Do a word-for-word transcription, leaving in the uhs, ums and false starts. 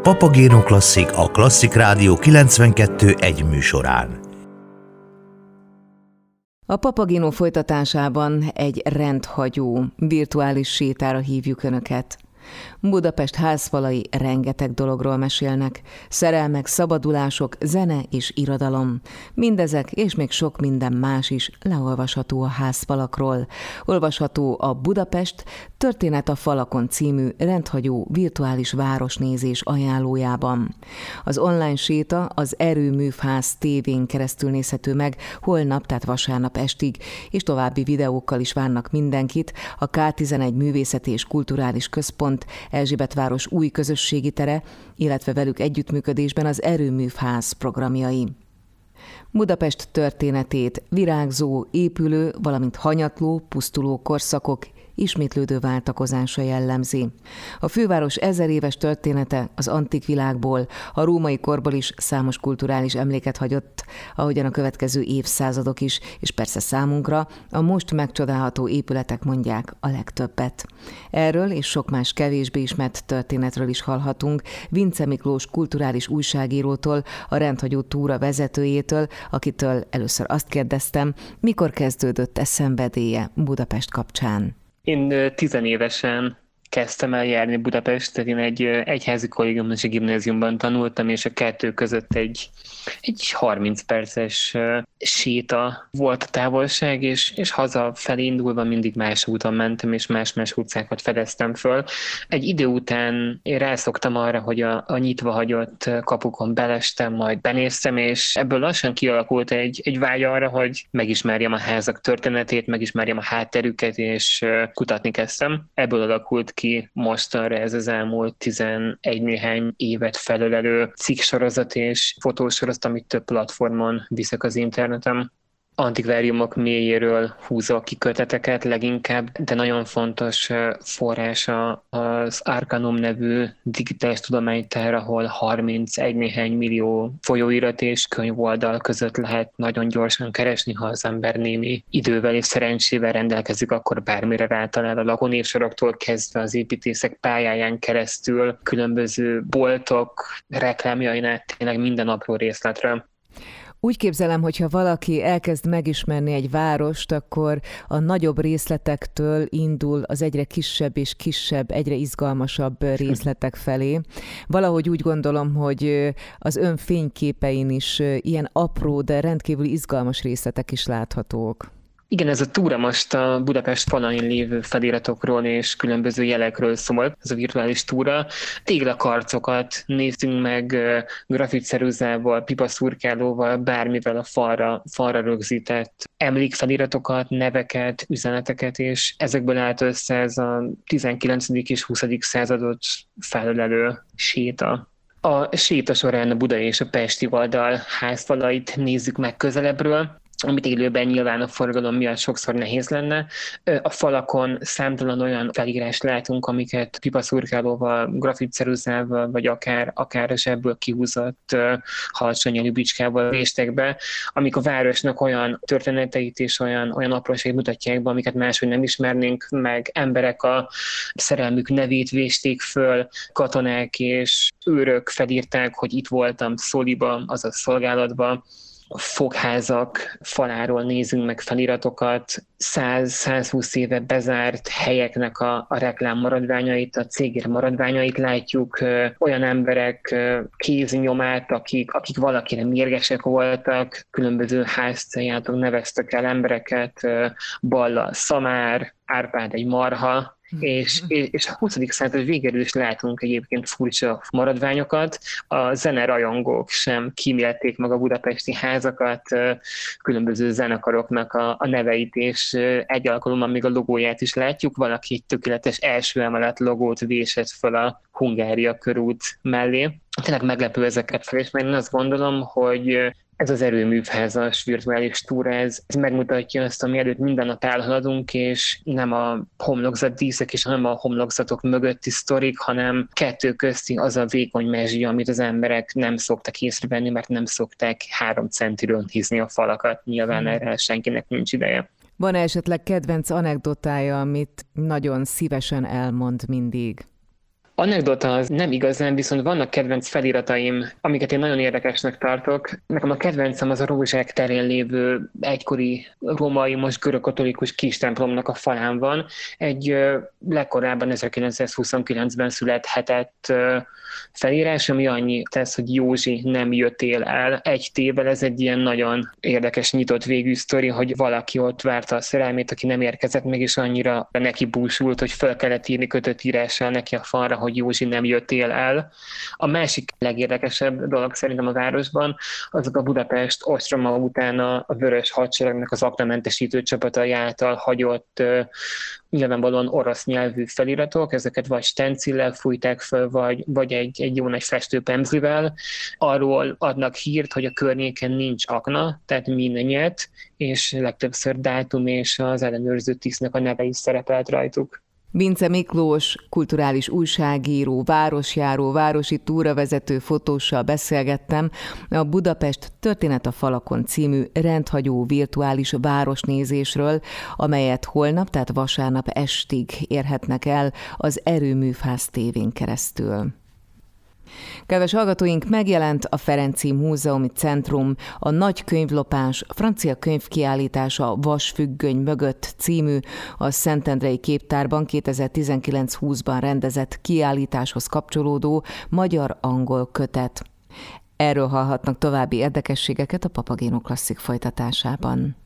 Papagéno Klasszik a Klasszik Rádió kilencvenkettő egy műsorán. A Papagéno folytatásában egy rendhagyó virtuális sétára hívjuk Önöket. Budapest házfalai rengeteg dologról mesélnek, szerelmek, szabadulások, zene és irodalom. Mindezek és még sok minden más is leolvasható a házfalakról. Olvasható a Budapest Történet a falakon című rendhagyó virtuális városnézés ajánlójában. Az online séta az Erőművház tévén keresztül nézhető meg holnap, tehát vasárnap estig, és további videókkal is várnak mindenkit a ká tizenegy Művészeti és Kulturális Központ Erzsébetváros új közösségi tere, illetve velük együttműködésben az Erőművház programjai. Budapest történetét virágzó, épülő, valamint hanyatló, pusztuló korszakok ismétlődő váltakozása jellemzi. A főváros ezer éves története az antik világból, a római korból is számos kulturális emléket hagyott, ahogyan a következő évszázadok is, és persze számunkra a most megcsodálható épületek mondják a legtöbbet. Erről és sok más kevésbé ismert történetről is hallhatunk Vince Miklós kulturális újságírótól, a rendhagyó túra vezetőjétől, akitől először azt kérdeztem, mikor kezdődött e szenvedélye Budapest kapcsán. Én tizenévesen kezdtem el járni Budapestet, én egy egyházi kollégiumos gimnáziumban tanultam, és a kettő között egy, egy harminc perces séta volt a távolság, és, és hazafelé indulva mindig más úton mentem, és más-más utcákat fedeztem föl. Egy idő után én rászoktam arra, hogy a, a nyitva hagyott kapukon belestem, majd benéztem, és ebből lassan kialakult egy, egy vágy arra, hogy megismerjem a házak történetét, megismerjem a hátterüket, és kutatni kezdtem. Ebből alakult ki mostanra ez az elmúlt tizenegy néhány évet felölelő cikksorozat és fotósorozat, amit több platformon viszek az interneten. Antikváriumok mélyéről húzok ki köteteket leginkább, de nagyon fontos forrása az Arcanum nevű digitális tudománytár, ahol harmincegy néhány millió folyóirat és könyvoldal között lehet nagyon gyorsan keresni, ha az ember némi idővel és szerencsével rendelkezik, akkor bármire rátalál, a lakónévsoroktól kezdve az építészek pályáján keresztül, különböző boltok reklámjain át, tényleg minden apró részletre. Úgy képzelem, hogyha valaki elkezd megismerni egy várost, akkor a nagyobb részletektől indul az egyre kisebb és kisebb, egyre izgalmasabb részletek felé. Valahogy úgy gondolom, hogy az ön fényképein is ilyen apró, de rendkívül izgalmas részletek is láthatók. Igen, ez a túra most a Budapest falain lévő feliratokról és különböző jelekről szól, ez a virtuális túra. Téglakarcokat nézzünk meg grafitceruzával, pipaszurkálóval, bármivel a falra, falra rögzített emlékfeliratokat, neveket, üzeneteket, és ezekből állt össze ez a tizenkilencedik és huszadik századot felölelő séta. A séta során a budai és a pesti oldal házfalait nézzük meg közelebbről, amit élőben nyilván a forgalom miatt sokszor nehéz lenne. A falakon számtalan olyan felírást látunk, amiket pipaszurkálóval, grafitceruzával, vagy akár, akár a zsebből kihúzott halacsonyelű bicskával véstek be, amik a városnak olyan történeteit és olyan, olyan apróságait mutatják be, amiket máshogy nem ismernénk meg. Emberek a szerelmük nevét vésték föl, katonák és őrök felírták, hogy itt voltam Szóliba, azaz szolgálatban. A fogházak faláról nézünk meg feliratokat, száz-százhúsz éve bezárt helyeknek a, a reklám maradványait, a cégér maradványait látjuk, ö, olyan emberek ö, kéznyomát, akik, akik valakire mérgesek voltak, különböző házcéljátok neveztek el embereket, ö, Balla Szamár, Árpád egy marha, És, és a huszadik század végéről is látunk egyébként furcsa maradványokat. A zenerajongók sem kímélték meg a budapesti házakat, különböző zenekaroknak a, a neveit, és egy alkalommal még a logóját is látjuk. Valaki egy tökéletes első emelet logót vésett fel a Hungária körút mellé. Tényleg meglepő ezeket felismerni. Én azt gondolom, hogy ez az erőművházas virtuális túra, ez, ez megmutatja azt, ami előtt minden nap elhaladunk, és nem a homlokzatdíszek és hanem a homlokzatok mögötti sztorik, hanem kettő közti az a vékony mezsgy, amit az emberek nem szoktak észrevenni, mert nem szokták három centiről hízni a falakat. Nyilván hmm. erre senkinek nincs ideje. Van esetleg kedvenc anekdotája, amit nagyon szívesen elmond mindig? Anekdota az nem igazán, viszont vannak kedvenc felirataim, amiket én nagyon érdekesnek tartok. Nekem a kedvencem az a Rózsák terén lévő egykori római, most görögkatolikus kis templomnak a falán van. Egy legkorábban ezerkilencszázhuszonkilencben születhetett felírás, ami annyi tesz, hogy Józsi nem jöttél el egy tével. Ez egy ilyen nagyon érdekes, nyitott végű sztori, hogy valaki ott várta a szerelmét, aki nem érkezett meg, és annyira neki búsult, hogy fel kellett írni kötött írással neki a falra, hogy Józsi nem jöttél el. A másik legérdekesebb dolog szerintem a városban, azok a Budapest ostroma után a Vörös Hadseregnek az aknamentesítő csapatai által hagyott nyilvánvalóan orosz nyelvű feliratok, ezeket vagy stencillel fújták föl, vagy, vagy egy, egy jó nagy festőpemzlivel. Arról adnak hírt, hogy a környéken nincs akna, tehát mindennyit, és legtöbbször dátum és az ellenőrző tisztnek a neve is szerepelt rajtuk. Vince Miklós, kulturális újságíró, városjáró, városi túravezető fotóssal beszélgettem a Budapest Történet a falakon című rendhagyó virtuális városnézésről, amelyet holnap, tehát vasárnap estig érhetnek el az Erőműfász tévén keresztül. Kedves hallgatóink, megjelent a Ferenczy Múzeumi Centrum, a Nagy könyvlopás, francia könyvkiállítása Vasfüggöny mögött című, a Szentendrei Képtárban kétezer-tizenkilenc-húszban rendezett kiállításhoz kapcsolódó magyar-angol kötet. Erről hallhatnak további érdekességeket a Papagéno Klasszik folytatásában.